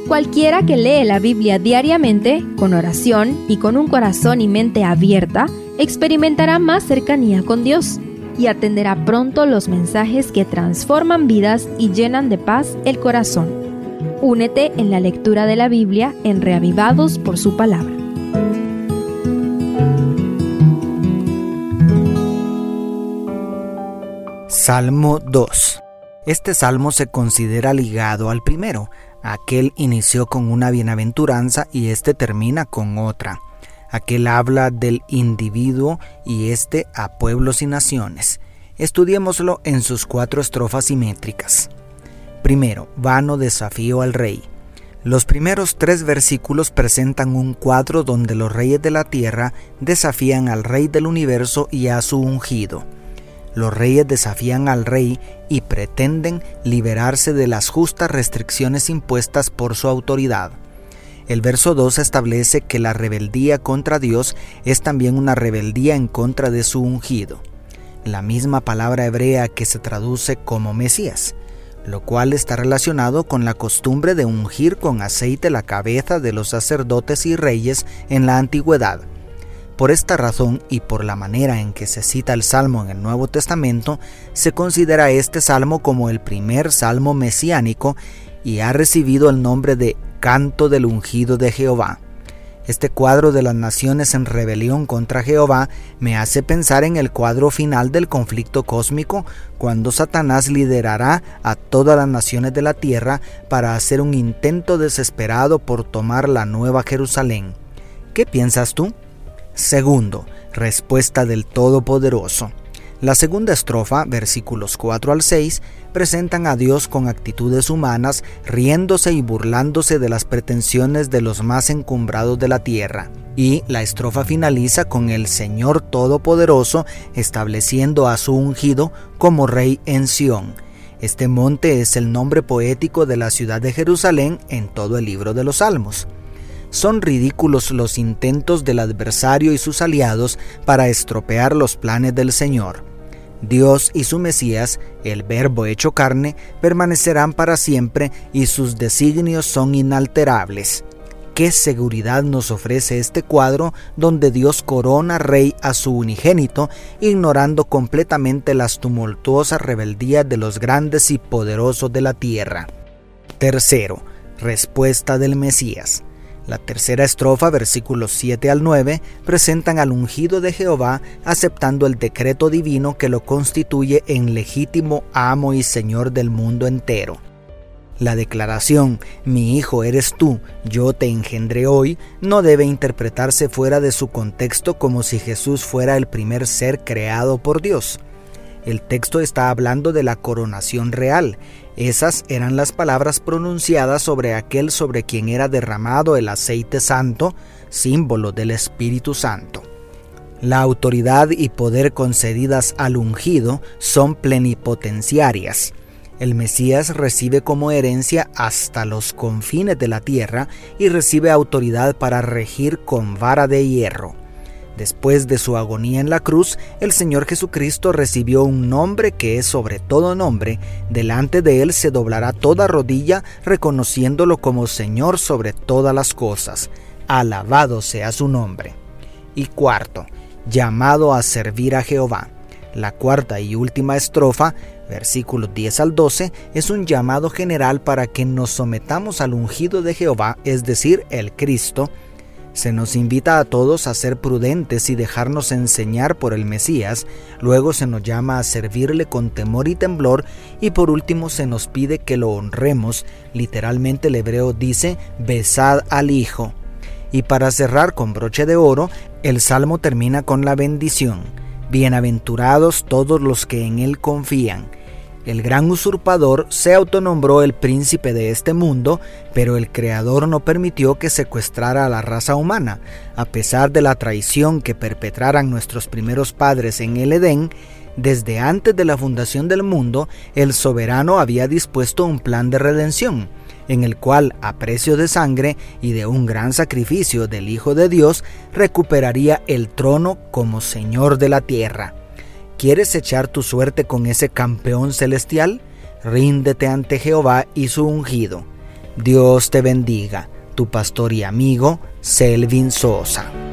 Cualquiera que lee la Biblia diariamente, con oración y con un corazón y mente abierta, experimentará más cercanía con Dios y atenderá pronto los mensajes que transforman vidas y llenan de paz el corazón. Únete en la lectura de la Biblia en Reavivados por su palabra. Salmo 2. Este salmo se considera ligado al primero. Aquel inició con una bienaventuranza y este termina con otra. Aquel habla del individuo y este a pueblos y naciones. Estudiémoslo en sus 4 estrofas simétricas. Primero, vano desafío al rey. Los primeros 3 versículos presentan un cuadro donde los reyes de la tierra desafían al rey del universo y a su ungido. Los reyes desafían al rey y pretenden liberarse de las justas restricciones impuestas por su autoridad. El verso 2 establece que la rebeldía contra Dios es también una rebeldía en contra de su ungido. La misma palabra hebrea que se traduce como Mesías, lo cual está relacionado con la costumbre de ungir con aceite la cabeza de los sacerdotes y reyes en la antigüedad. Por esta razón y por la manera en que se cita el Salmo en el Nuevo Testamento, se considera este Salmo como el primer Salmo mesiánico y ha recibido el nombre de Canto del Ungido de Jehová. Este cuadro de las naciones en rebelión contra Jehová me hace pensar en el cuadro final del conflicto cósmico, cuando Satanás liderará a todas las naciones de la tierra para hacer un intento desesperado por tomar la Nueva Jerusalén. ¿Qué piensas tú? Segundo, respuesta del Todopoderoso. La segunda estrofa, versículos 4 al 6, presentan a Dios con actitudes humanas, riéndose y burlándose de las pretensiones de los más encumbrados de la tierra. Y la estrofa finaliza con el Señor Todopoderoso estableciendo a su ungido como rey en Sión. Este monte es el nombre poético de la ciudad de Jerusalén en todo el libro de los Salmos. Son ridículos los intentos del adversario y sus aliados para estropear los planes del Señor. Dios y su Mesías, el Verbo hecho carne, permanecerán para siempre y sus designios son inalterables. ¿Qué seguridad nos ofrece este cuadro donde Dios corona rey a su unigénito, ignorando completamente las tumultuosas rebeldías de los grandes y poderosos de la tierra? Tercero, respuesta del Mesías. La tercera estrofa, versículos 7 al 9, presentan al ungido de Jehová aceptando el decreto divino que lo constituye en legítimo amo y señor del mundo entero. La declaración, mi hijo eres tú, yo te engendré hoy, no debe interpretarse fuera de su contexto como si Jesús fuera el primer ser creado por Dios. El texto está hablando de la coronación real. Esas eran las palabras pronunciadas sobre aquel sobre quien era derramado el aceite santo, símbolo del Espíritu Santo. La autoridad y poder concedidas al ungido son plenipotenciarias. El Mesías recibe como herencia hasta los confines de la tierra y recibe autoridad para regir con vara de hierro. Después de su agonía en la cruz, el Señor Jesucristo recibió un nombre que es sobre todo nombre. Delante de él se doblará toda rodilla, reconociéndolo como Señor sobre todas las cosas. Alabado sea su nombre. Y cuarto, llamado a servir a Jehová. La cuarta y última estrofa, versículos 10 al 12, es un llamado general para que nos sometamos al ungido de Jehová, es decir, el Cristo. Se nos invita a todos a ser prudentes y dejarnos enseñar por el Mesías, luego se nos llama a servirle con temor y temblor, y por último se nos pide que lo honremos. Literalmente el hebreo dice, besad al Hijo. Y para cerrar con broche de oro, el Salmo termina con la bendición. Bienaventurados todos los que en él confían. El gran usurpador se autonombró el príncipe de este mundo, pero el Creador no permitió que secuestrara a la raza humana. A pesar de la traición que perpetraran nuestros primeros padres en el Edén, desde antes de la fundación del mundo, el soberano había dispuesto un plan de redención, en el cual, a precio de sangre y de un gran sacrificio del Hijo de Dios, recuperaría el trono como Señor de la tierra. ¿Quieres echar tu suerte con ese campeón celestial? Ríndete ante Jehová y su ungido. Dios te bendiga. Tu pastor y amigo, Selvin Sosa.